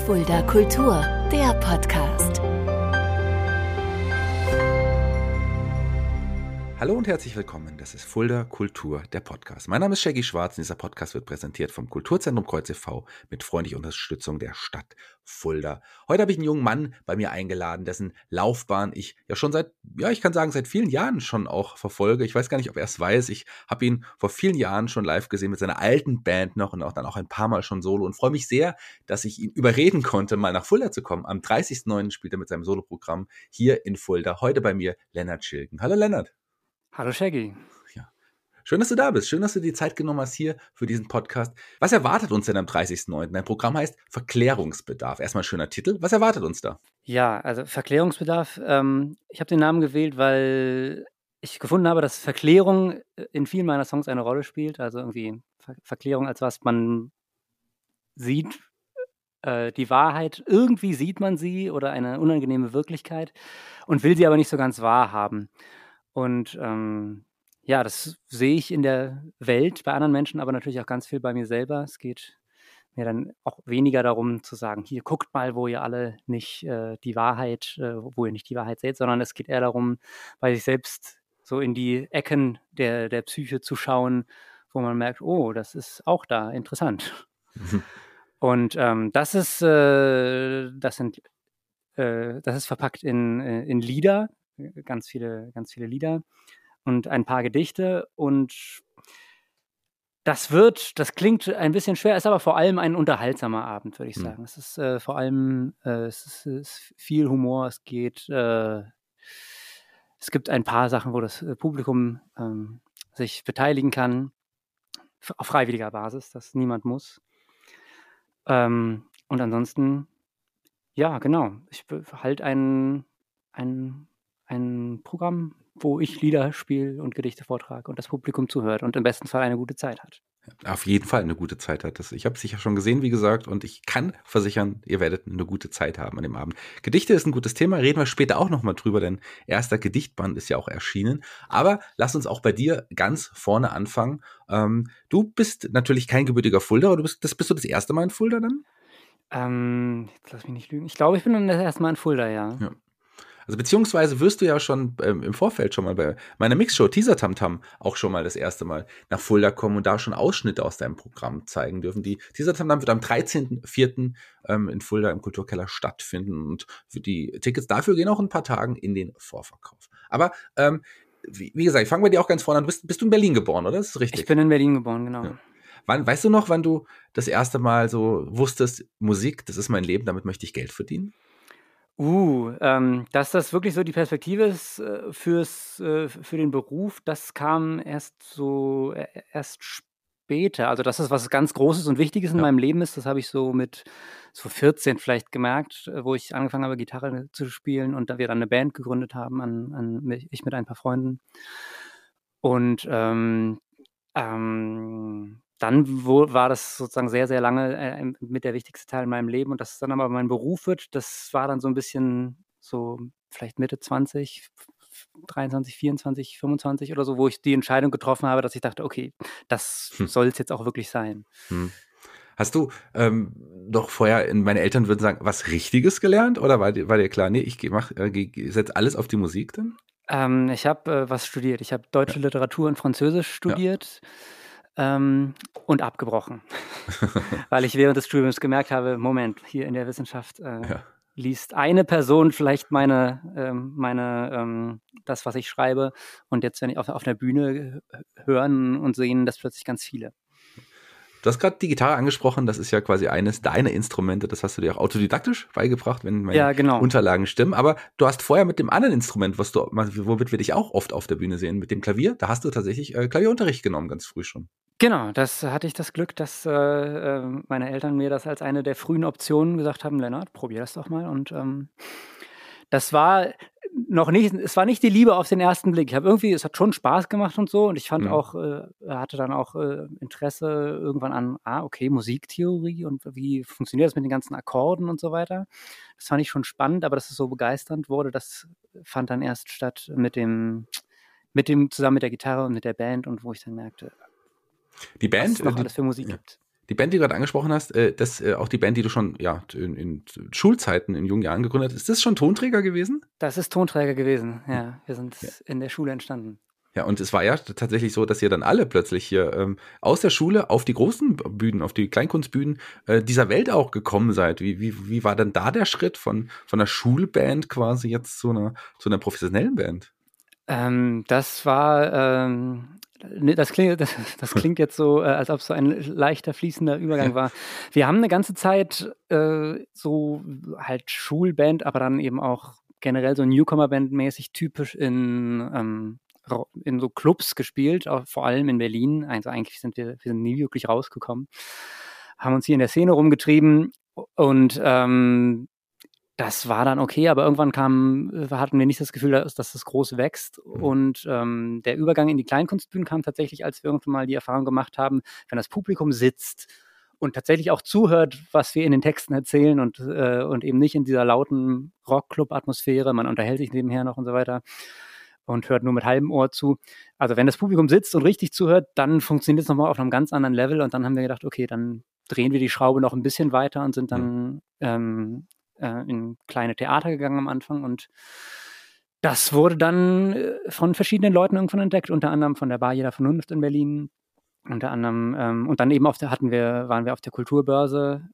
Fulda Kultur, der Podcast. Hallo und herzlich willkommen, das ist Fulda Kultur, der Podcast. Mein Name ist Shaggy Schwarz und dieser Podcast wird präsentiert vom Kulturzentrum Kreuz e.V. mit freundlicher Unterstützung der Stadt Fulda. Heute habe ich einen jungen Mann bei mir eingeladen, dessen Laufbahn ich ja schon seit vielen Jahren schon auch verfolge. Ich weiß gar nicht, ob er es weiß. Ich habe ihn vor vielen Jahren schon live gesehen mit seiner alten Band noch und auch ein paar Mal schon solo und freue mich sehr, dass ich ihn überreden konnte, mal nach Fulda zu kommen. Am 30.09. spielt er mit seinem Soloprogramm hier in Fulda. Heute bei mir Lennart Schilgen. Hallo Lennart. Hallo Shaggy. Ja. Schön, dass du da bist. Schön, dass du dir die Zeit genommen hast hier für diesen Podcast. Was erwartet uns denn am 30.09.? Dein Programm heißt Verklärungsbedarf. Erstmal ein schöner Titel. Was erwartet uns da? Ja, also Verklärungsbedarf. Ich habe den Namen gewählt, weil ich gefunden habe, dass Verklärung in vielen meiner Songs eine Rolle spielt. Also irgendwie Verklärung als was man sieht, die Wahrheit. Irgendwie sieht man sie oder eine unangenehme Wirklichkeit und will sie aber nicht so ganz wahrhaben. Und ja, das sehe ich in der Welt bei anderen Menschen, aber natürlich auch ganz viel bei mir selber. Es geht mir dann auch weniger darum zu sagen, hier guckt mal, wo ihr alle nicht die Wahrheit, wo ihr nicht die Wahrheit seht, sondern es geht eher darum, bei sich selbst so in die Ecken der Psyche zu schauen, wo man merkt, oh, das ist auch da interessant. Und das ist verpackt in Lieder, ganz viele Lieder und ein paar Gedichte. Und das klingt ein bisschen schwer, ist aber vor allem ein unterhaltsamer Abend, würde ich sagen. Es ist vor allem es ist viel Humor, es gibt ein paar Sachen, wo das Publikum sich beteiligen kann, auf freiwilliger Basis, dass niemand muss. Und ansonsten, ja, genau, ich halt ein Programm, wo ich Lieder spiele und Gedichte vortrage und das Publikum zuhört und im besten Fall eine gute Zeit hat. Auf jeden Fall eine gute Zeit hat das. Ich habe es sicher schon gesehen, wie gesagt, und ich kann versichern, ihr werdet eine gute Zeit haben an dem Abend. Gedichte ist ein gutes Thema, reden wir später auch nochmal drüber, denn erster Gedichtband ist ja auch erschienen. Aber lass uns auch bei dir ganz vorne anfangen. Du bist natürlich kein gebürtiger Fulda, oder bist du das erste Mal in Fulda dann? Jetzt lass mich nicht lügen. Ich glaube, ich bin dann das erste Mal in Fulda, ja. Also beziehungsweise wirst du ja schon im Vorfeld schon mal bei meiner Mixshow Teaser Tam Tam auch schon mal das erste Mal nach Fulda kommen und da schon Ausschnitte aus deinem Programm zeigen dürfen. Die Teaser Tam Tam wird am 13.04. In Fulda im Kulturkeller stattfinden und für die Tickets dafür gehen auch in ein paar Tagen in den Vorverkauf. Aber wie gesagt, ich fange bei dir auch ganz vorne an. Bist du in Berlin geboren, oder? Das ist richtig. Ich bin in Berlin geboren, genau. Ja. Weißt du noch, wann du das erste Mal so wusstest, Musik, das ist mein Leben, damit möchte ich Geld verdienen? Dass das wirklich so die Perspektive ist für den Beruf, das kam erst später. Also, dass das was ganz Großes und Wichtiges in meinem Leben ist, das habe ich so mit so 14 vielleicht gemerkt, wo ich angefangen habe, Gitarre zu spielen und da wir dann eine Band gegründet haben, ich mit ein paar Freunden. Und dann war das sozusagen sehr, sehr lange mit der wichtigste Teil in meinem Leben und dass es dann aber mein Beruf wird, das war dann so ein bisschen so vielleicht Mitte 20, 23, 24, 25 oder so, wo ich die Entscheidung getroffen habe, dass ich dachte, okay, das soll es jetzt auch wirklich sein. Hast du doch vorher, meine Eltern würden sagen, was Richtiges gelernt oder war dir klar, nee, ich setze alles auf die Musik dann? Ich habe was studiert. Ich habe deutsche Literatur und Französisch studiert. Und abgebrochen, weil ich während des Studiums gemerkt habe, Moment, hier in der Wissenschaft liest eine Person vielleicht das, was ich schreibe und jetzt, wenn ich auf der Bühne hören und sehen, das plötzlich ganz viele. Du hast gerade die Gitarre angesprochen, das ist ja quasi eines deiner Instrumente, das hast du dir auch autodidaktisch beigebracht, wenn meine Unterlagen stimmen, aber du hast vorher mit dem anderen Instrument, womit wir dich auch oft auf der Bühne sehen, mit dem Klavier, da hast du tatsächlich Klavierunterricht genommen, ganz früh schon. Genau, das hatte ich das Glück, dass meine Eltern mir das als eine der frühen Optionen gesagt haben, Lennart, probier das doch mal und das war es war nicht die Liebe auf den ersten Blick. Es hat schon Spaß gemacht und so und ich fand auch, hatte dann auch Interesse irgendwann an, okay, Musiktheorie und wie funktioniert das mit den ganzen Akkorden und so weiter. Das fand ich schon spannend, aber dass es so begeisternd wurde, das fand dann erst statt zusammen mit der Gitarre und mit der Band und wo ich dann merkte, die Band, was es noch alles für Musik gibt. Die Band, die du gerade angesprochen hast, das auch die Band, die du schon in Schulzeiten, in jungen Jahren gegründet hast, ist das schon Tonträger gewesen? Das ist Tonträger gewesen, ja. Wir sind in der Schule entstanden. Ja, und es war ja tatsächlich so, dass ihr dann alle plötzlich hier aus der Schule auf die großen Bühnen, auf die Kleinkunstbühnen dieser Welt auch gekommen seid. Wie war denn da der Schritt von einer Schulband quasi jetzt zu einer professionellen Band? Das war, das klingt jetzt so, als ob es so ein leichter, fließender Übergang war. Wir haben eine ganze Zeit so halt Schulband, aber dann eben auch generell so Newcomer-Band-mäßig typisch in so Clubs gespielt, auch vor allem in Berlin. Also eigentlich sind wir sind nie wirklich rausgekommen, haben uns hier in der Szene rumgetrieben und das war dann okay, aber irgendwann hatten wir nicht das Gefühl, dass das groß wächst. Und der Übergang in die Kleinkunstbühnen kam tatsächlich, als wir irgendwann mal die Erfahrung gemacht haben, wenn das Publikum sitzt und tatsächlich auch zuhört, was wir in den Texten erzählen und eben nicht in dieser lauten Rockclub-Atmosphäre, man unterhält sich nebenher noch und so weiter und hört nur mit halbem Ohr zu. Also wenn das Publikum sitzt und richtig zuhört, dann funktioniert es nochmal auf einem ganz anderen Level und dann haben wir gedacht, okay, dann drehen wir die Schraube noch ein bisschen weiter und sind dann in kleine Theater gegangen am Anfang und das wurde dann von verschiedenen Leuten irgendwann entdeckt, unter anderem von der Bar Jeder Vernunft in Berlin, unter anderem und dann eben waren wir auf der Kulturbörse,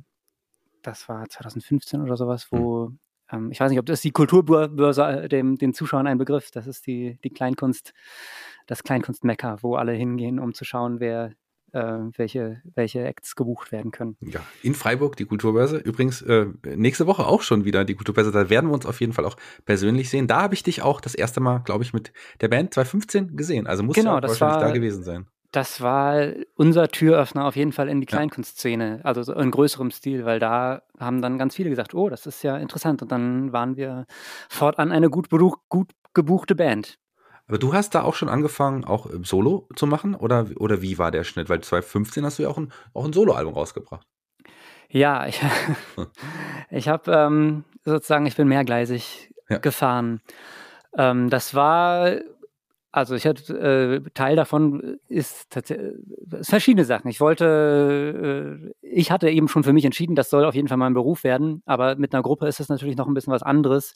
das war 2015 oder sowas, wo ich weiß nicht, ob das die Kulturbörse den Zuschauern ein Begriff, das ist die Kleinkunst, das Kleinkunstmekka, wo alle hingehen, um zu schauen, welche Acts gebucht werden können. Ja, in Freiburg die Kulturbörse. Übrigens nächste Woche auch schon wieder die Kulturbörse. Da werden wir uns auf jeden Fall auch persönlich sehen. Da habe ich dich auch das erste Mal, glaube ich, mit der Band 2015 gesehen. Also muss ja wahrscheinlich da gewesen sein. Das war unser Türöffner auf jeden Fall in die Kleinkunstszene, also so in größerem Stil, weil da haben dann ganz viele gesagt, oh, das ist ja interessant. Und dann waren wir fortan eine gut gebuchte Band. Aber du hast da auch schon angefangen, auch Solo zu machen? Oder wie war der Schnitt? Weil 2015 hast du ja auch ein Soloalbum rausgebracht. Ja, ich habe sozusagen, ich bin mehrgleisig gefahren. Das war, also ich hatte, Teil davon ist verschiedene Sachen. Ich hatte eben schon für mich entschieden, das soll auf jeden Fall mein Beruf werden, aber mit einer Gruppe ist es natürlich noch ein bisschen was anderes.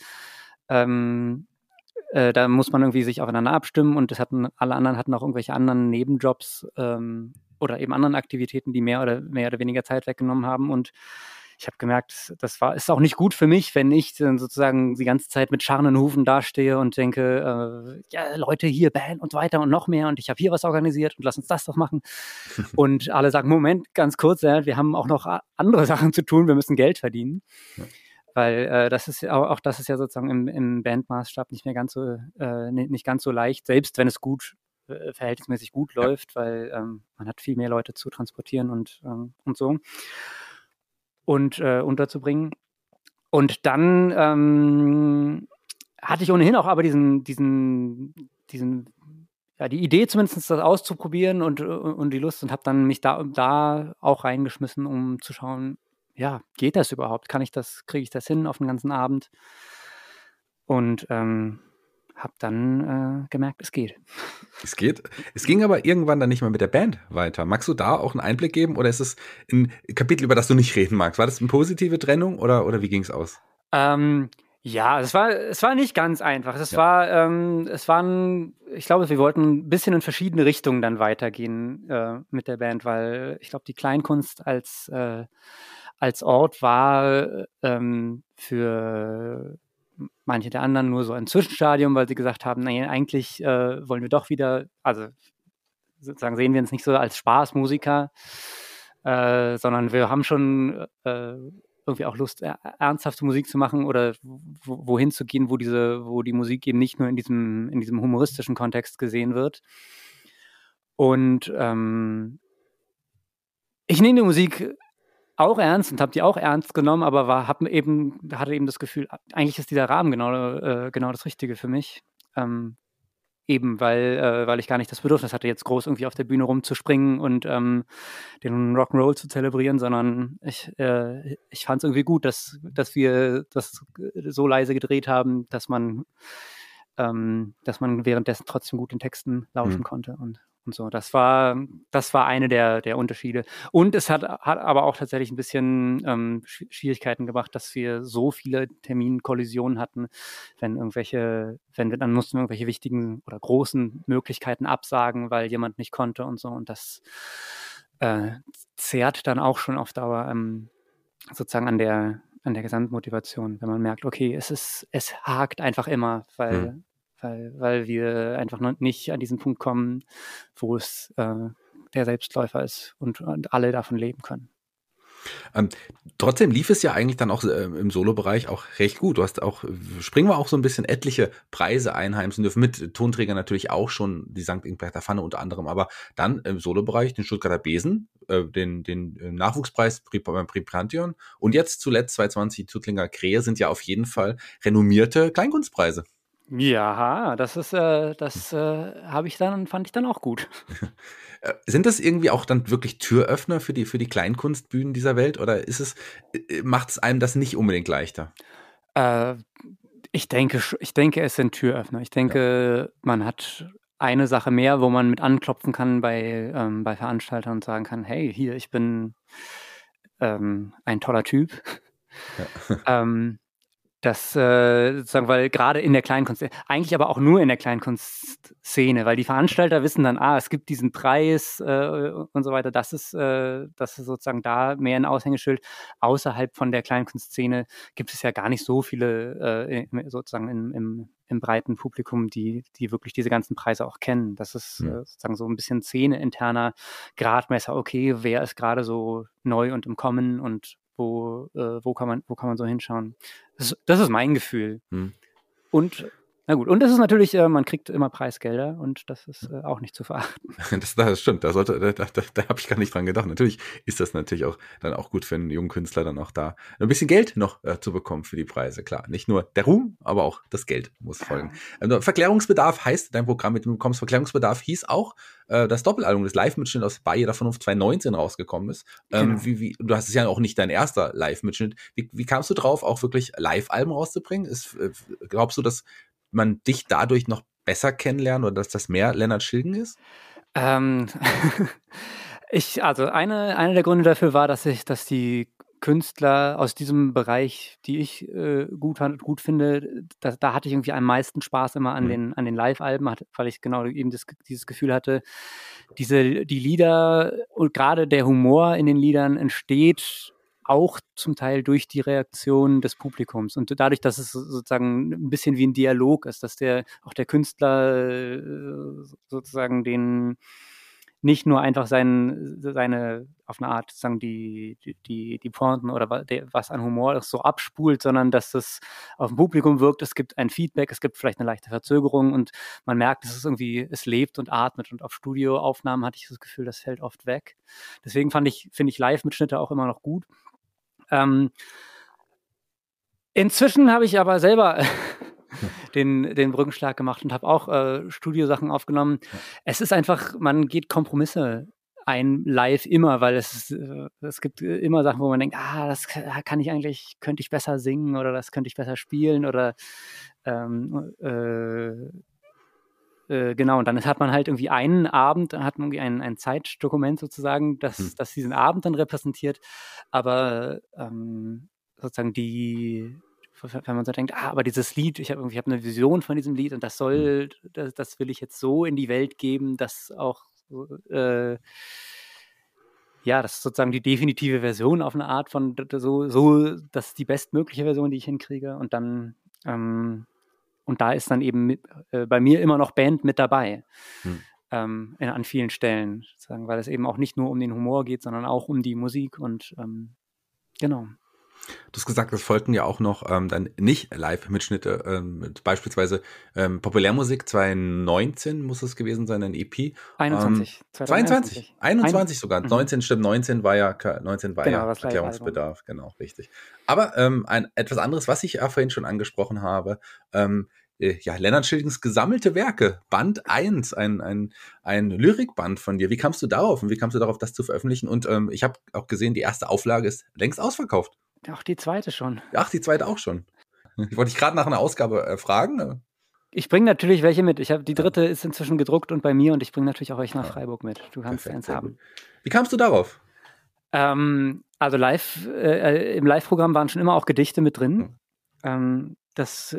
Da muss man irgendwie sich aufeinander abstimmen und alle anderen hatten auch irgendwelche anderen Nebenjobs oder eben anderen Aktivitäten, die mehr oder weniger Zeit weggenommen haben und ich habe gemerkt, ist auch nicht gut für mich, wenn ich dann sozusagen die ganze Zeit mit scharrenden Hufen dastehe und denke, ja, Leute, hier Band und weiter und noch mehr und ich habe hier was organisiert und lass uns das doch machen. Und alle sagen, Moment, ganz kurz, wir haben auch noch andere Sachen zu tun, wir müssen Geld verdienen. Ja. Weil das ist ja sozusagen im Bandmaßstab nicht ganz so leicht, selbst wenn es verhältnismäßig gut läuft, weil man hat viel mehr Leute zu transportieren und so und unterzubringen. Und dann hatte ich ohnehin auch aber die Idee zumindest, das auszuprobieren und die Lust und habe dann mich da auch reingeschmissen, um zu schauen, ja, geht das überhaupt? Kriege ich das hin auf den ganzen Abend? Und habe dann gemerkt, es geht. Es geht. Es ging aber irgendwann dann nicht mehr mit der Band weiter. Magst du da auch einen Einblick geben oder ist es ein Kapitel, über das du nicht reden magst? War das eine positive Trennung oder wie ging es aus? Ja, es war nicht ganz einfach. Es waren, ich glaube, wir wollten ein bisschen in verschiedene Richtungen dann weitergehen mit der Band, weil ich glaube, die Kleinkunst als Ort war für manche der anderen nur so ein Zwischenstadium, weil sie gesagt haben, naja, eigentlich wollen wir doch wieder, also sozusagen sehen wir uns nicht so als Spaßmusiker, sondern wir haben schon irgendwie auch Lust, ernsthafte Musik zu machen oder wohin zu gehen, wo die Musik eben nicht nur in diesem humoristischen Kontext gesehen wird. Und ich nehme die Musik auch ernst und habe die auch ernst genommen, aber hatte eben das Gefühl, eigentlich ist dieser Rahmen genau das Richtige für mich. Eben, weil ich gar nicht das Bedürfnis hatte, jetzt groß irgendwie auf der Bühne rumzuspringen und den Rock'n'Roll zu zelebrieren, sondern ich fand es irgendwie gut, dass wir das so leise gedreht haben, dass man währenddessen trotzdem gut den Texten lauschen konnte. Und und so. Das war eine der Unterschiede. Und es hat aber auch tatsächlich ein bisschen Schwierigkeiten gemacht, dass wir so viele Terminkollisionen hatten, dann mussten wir irgendwelche wichtigen oder großen Möglichkeiten absagen, weil jemand nicht konnte und so. Und das zehrt dann auch schon auf Dauer sozusagen an der Gesamtmotivation, wenn man merkt, okay, es hakt einfach immer, weil wir einfach noch nicht an diesen Punkt kommen, wo es der Selbstläufer ist und alle davon leben können. Trotzdem lief es ja eigentlich dann auch im Solo-Bereich auch recht gut. Du hast auch, springen wir auch so ein bisschen etliche Preise einheimsen dürfen, mit Tonträgern natürlich auch schon, die St. Ingberter Pfanne unter anderem, aber dann im Solo-Bereich den Stuttgarter Besen, den Nachwuchspreis beim Prix Pantheon und jetzt zuletzt 2020 Tuttlinger Krähe sind ja auf jeden Fall renommierte Kleinkunstpreise. Ja, fand ich dann auch gut. Sind das irgendwie auch dann wirklich Türöffner für die Kleinkunstbühnen dieser Welt oder macht es einem das nicht unbedingt leichter? Ich denke, es sind Türöffner. Ich denke, man hat eine Sache mehr, wo man mit anklopfen kann bei Veranstaltern und sagen kann, hey, hier, ich bin ein toller Typ. Ja. Das sozusagen, weil gerade in der Kleinkunst, eigentlich aber auch nur in der Kleinkunstszene, weil die Veranstalter wissen dann, es gibt diesen Preis und so weiter, das ist sozusagen da mehr ein Aushängeschild. Außerhalb von der Kleinkunstszene gibt es ja gar nicht so viele sozusagen im breiten Publikum, die wirklich diese ganzen Preise auch kennen. Das ist sozusagen so ein bisschen szeneinterner Gradmesser. Okay, wer ist gerade so neu und im Kommen und wo kann man so hinschauen? Das ist mein Gefühl. Und na gut, und das ist natürlich, man kriegt immer Preisgelder und das ist auch nicht zu verachten. Das stimmt, da habe ich gar nicht dran gedacht. Natürlich ist das natürlich auch dann auch gut für einen jungen Künstler dann auch da ein bisschen Geld noch zu bekommen für die Preise, klar. Nicht nur der Ruhm, aber auch das Geld muss folgen. Verklärungsbedarf heißt dein Programm, mit dem du bekommst. Verklärungsbedarf hieß auch das Doppelalbum, das Live-Mitschnitt aus Bei jeder Vernunft 2019 rausgekommen ist. Genau. Du hast es ja auch nicht dein erster Live-Mitschnitt. Wie kamst du drauf, auch wirklich Live-Alben rauszubringen? Glaubst du, dass man dich dadurch noch besser kennenlernt oder dass das mehr Lennart Schilgen ist? Also einer der Gründe dafür war, dass die Künstler aus diesem Bereich, die ich gut finde, da hatte ich irgendwie am meisten Spaß immer an den Live-Alben, weil ich genau eben dieses Gefühl hatte, die Lieder und gerade der Humor in den Liedern entsteht auch zum Teil durch die Reaktion des Publikums und dadurch, dass es sozusagen ein bisschen wie ein Dialog ist, dass der Künstler sozusagen den nicht nur einfach seine auf eine Art sozusagen die Pointen oder was an Humor ist, so abspult, sondern dass es auf dem Publikum wirkt, es gibt ein Feedback, es gibt vielleicht eine leichte Verzögerung und man merkt, es lebt und atmet und auf Studioaufnahmen hatte ich das Gefühl, das fällt oft weg. Deswegen finde ich Live-Mitschnitte auch immer noch gut. Inzwischen habe ich aber selber den Brückenschlag gemacht und habe auch Studiosachen aufgenommen. Ja. Es ist einfach, man geht Kompromisse ein live immer, weil es gibt immer Sachen, wo man denkt, das könnte ich besser singen oder das könnte ich besser spielen oder genau, und dann hat man halt irgendwie einen Abend, dann hat man irgendwie ein Zeitdokument sozusagen, das diesen Abend dann repräsentiert, aber sozusagen wenn man so denkt, aber dieses Lied, ich habe eine Vision von diesem Lied und das will ich jetzt so in die Welt geben, dass auch das ist sozusagen die definitive Version auf eine Art von so, das ist die bestmögliche Version, die ich hinkriege und dann und da ist dann eben bei mir immer noch Band mit dabei. An vielen Stellen, sozusagen, weil es eben auch nicht nur um den Humor geht, sondern auch um die Musik und genau. Du hast gesagt, es folgten ja auch noch dann nicht Live-Mitschnitte, beispielsweise Populärmusik 2019 muss es gewesen sein, ein EP. 21 sogar. 19 stimmt, 19 war ja Erklärungsbedarf, genau, richtig. Aber etwas anderes, was ich vorhin schon angesprochen habe, Lennart Schilgens gesammelte Werke, Band 1, ein Lyrikband von dir. Wie kamst du darauf und wie kamst du darauf, das zu veröffentlichen? Und ich habe auch gesehen, die erste Auflage ist längst ausverkauft. Ach, die zweite schon. Ach, die zweite auch schon. Ich wollte dich gerade nach einer Ausgabe fragen. Ich bringe natürlich welche mit. Die dritte ist inzwischen gedruckt und bei mir und ich bringe natürlich auch welche nach Freiburg mit. Du kannst Perfekt, eins sehr haben. gut. Wie kamst du darauf? Also im Live-Programm waren schon immer auch Gedichte mit drin. Das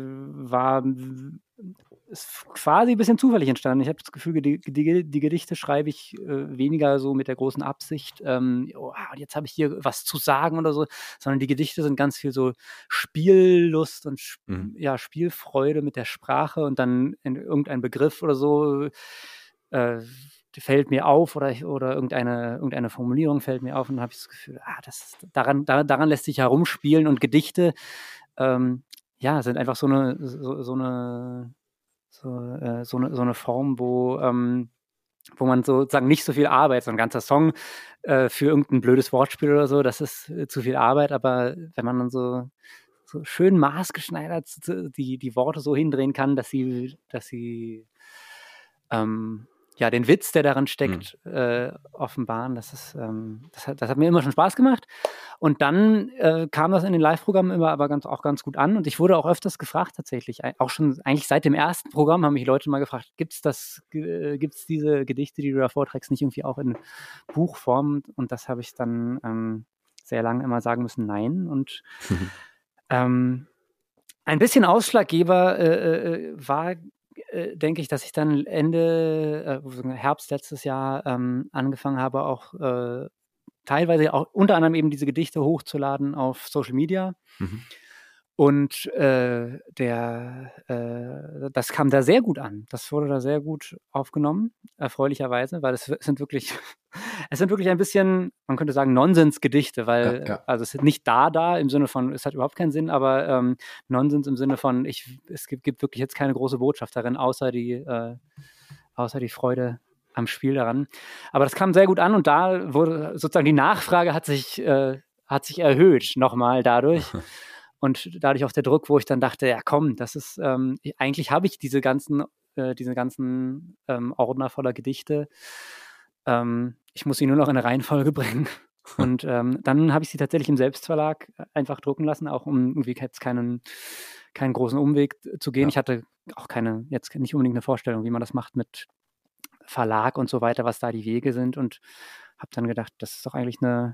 ist quasi ein bisschen zufällig entstanden. Ich habe das Gefühl, die Gedichte schreibe ich weniger so mit der großen Absicht, und jetzt habe ich hier was zu sagen oder so, sondern die Gedichte sind ganz viel so Spiellust und Spielfreude mit der Sprache und dann in irgendein Begriff oder so fällt mir auf oder irgendeine Formulierung fällt mir auf und dann habe ich das Gefühl, daran lässt sich herumspielen und Gedichte sind einfach so eine Form, wo man sozusagen nicht so viel Arbeit, so ein ganzer Song für irgendein blödes Wortspiel oder so, das ist zu viel Arbeit, aber wenn man dann so schön maßgeschneidert die Worte so hindrehen kann, dass sie den Witz, der darin steckt, offenbaren. Das hat mir immer schon Spaß gemacht. Und dann kam das in den Live-Programmen immer aber auch ganz gut an. Und ich wurde auch öfters gefragt tatsächlich. Auch schon eigentlich seit dem ersten Programm haben mich Leute mal gefragt, gibt's diese Gedichte, die du da vorträgst, nicht irgendwie auch in Buchform? Und das habe ich dann sehr lange immer sagen müssen, nein. Und ein bisschen Ausschlaggeber war, denke ich, dass ich dann Ende Herbst letztes Jahr angefangen habe, auch teilweise auch unter anderem eben diese Gedichte hochzuladen auf Social Media. Und das kam da sehr gut an. Das wurde da sehr gut aufgenommen, erfreulicherweise, weil es sind wirklich ein bisschen, man könnte sagen, Nonsensgedichte, weil also es ist nicht da im Sinne von, es hat überhaupt keinen Sinn, aber Nonsens im Sinne von, es gibt wirklich jetzt keine große Botschaft darin, außer die Freude am Spiel daran. Aber das kam sehr gut an und da wurde sozusagen die Nachfrage hat sich erhöht nochmal dadurch. Und dadurch auch der Druck, wo ich dann dachte, ja komm, das ist, eigentlich habe ich diese ganzen Ordner voller Gedichte. Ich muss sie nur noch in eine Reihenfolge bringen. Und dann habe ich sie tatsächlich im Selbstverlag einfach drucken lassen, auch um irgendwie jetzt keinen großen Umweg zu gehen. Ich hatte auch jetzt nicht unbedingt eine Vorstellung, wie man das macht mit Verlag und so weiter, was da die Wege sind. Und habe dann gedacht, das ist doch eigentlich eine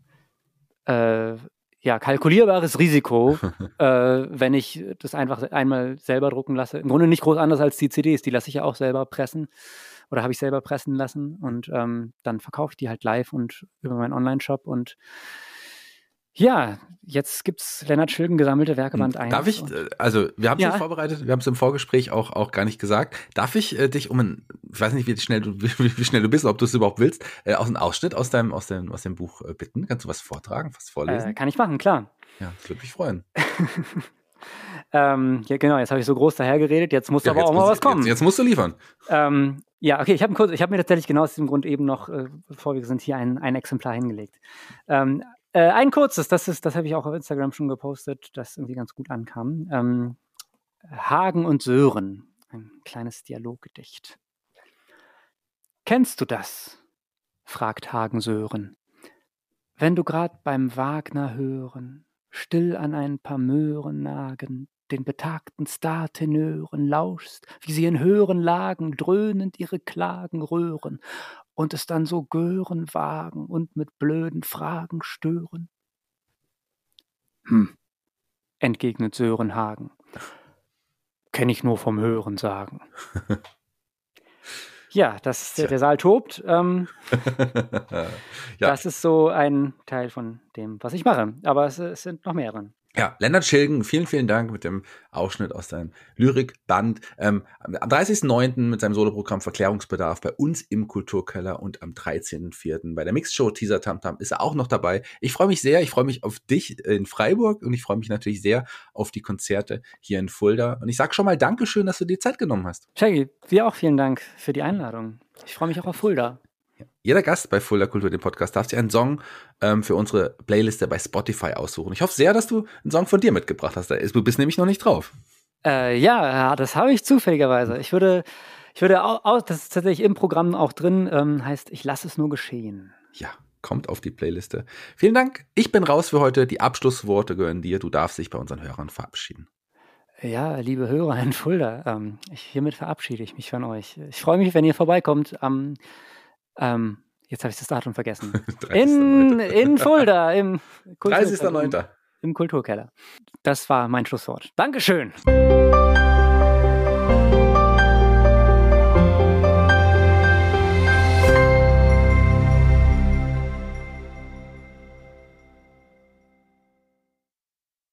kalkulierbares Risiko, wenn ich das einfach einmal selber drucken lasse. Im Grunde nicht groß anders als die CDs, die lasse ich ja auch selber pressen oder habe ich selber pressen lassen und dann verkaufe ich die halt live und über meinen Online-Shop und ja, jetzt gibt es Lennart Schilgen gesammelte Werke Band 1. Darf ich, also wir haben es nicht vorbereitet, wir haben es im Vorgespräch auch gar nicht gesagt. Darf ich dich ich weiß nicht, wie schnell du bist, ob du es überhaupt willst, aus einem Ausschnitt aus dem Buch bitten? Kannst du was vortragen, was vorlesen? Kann ich machen, klar. Ja, das würde mich freuen. Ja, genau, jetzt habe ich so groß dahergeredet, jetzt muss aber auch mal was kommen. Jetzt musst du liefern. Okay, ich habe mir tatsächlich genau aus diesem Grund eben noch, bevor wir sind, hier ein Exemplar hingelegt. Ein kurzes, das habe ich auch auf Instagram schon gepostet, das irgendwie ganz gut ankam. Hagen und Sören, ein kleines Dialoggedicht. Kennst du das? Fragt Hagen Sören. Wenn du grad beim Wagner hören, still an ein paar Möhren nagen, den betagten Star-Tenören lauschst, wie sie in höheren Lagen dröhnend ihre Klagen röhren und es dann so gören wagen und mit blöden Fragen stören? Entgegnet Sören Hagen. Kenn ich nur vom Hören sagen. Ja, der Saal tobt. Das ist so ein Teil von dem, was ich mache. Aber es sind noch mehr drin. Ja, Lennart Schilgen, vielen, vielen Dank mit dem Ausschnitt aus deinem Lyrikband. Am 30.09. mit seinem Soloprogramm Verklärungsbedarf bei uns im Kulturkeller und am 13.04. bei der Mixshow Teaser Tamtam ist er auch noch dabei. Ich freue mich sehr, ich freue mich auf dich in Freiburg und ich freue mich natürlich sehr auf die Konzerte hier in Fulda. Und ich sage schon mal Dankeschön, dass du dir Zeit genommen hast. Shaggy, dir auch vielen Dank für die Einladung. Ich freue mich auch auf Fulda. Jeder Gast bei Fulda Kultur, dem Podcast, darf sich einen Song für unsere Playliste bei Spotify aussuchen. Ich hoffe sehr, dass du einen Song von dir mitgebracht hast. Du bist nämlich noch nicht drauf. Ja, das habe ich zufälligerweise. Ich würde auch, das ist tatsächlich im Programm auch drin, heißt Ich lasse es nur geschehen. Ja, kommt auf die Playliste. Vielen Dank. Ich bin raus für heute. Die Abschlussworte gehören dir. Du darfst dich bei unseren Hörern verabschieden. Ja, liebe Hörer in Fulda, hiermit verabschiede ich mich von euch. Ich freue mich, wenn ihr vorbeikommt am, jetzt habe ich das Datum vergessen, 30.09.. in Fulda, im 30.09. im Kulturkeller. Das war mein Schlusswort. Dankeschön.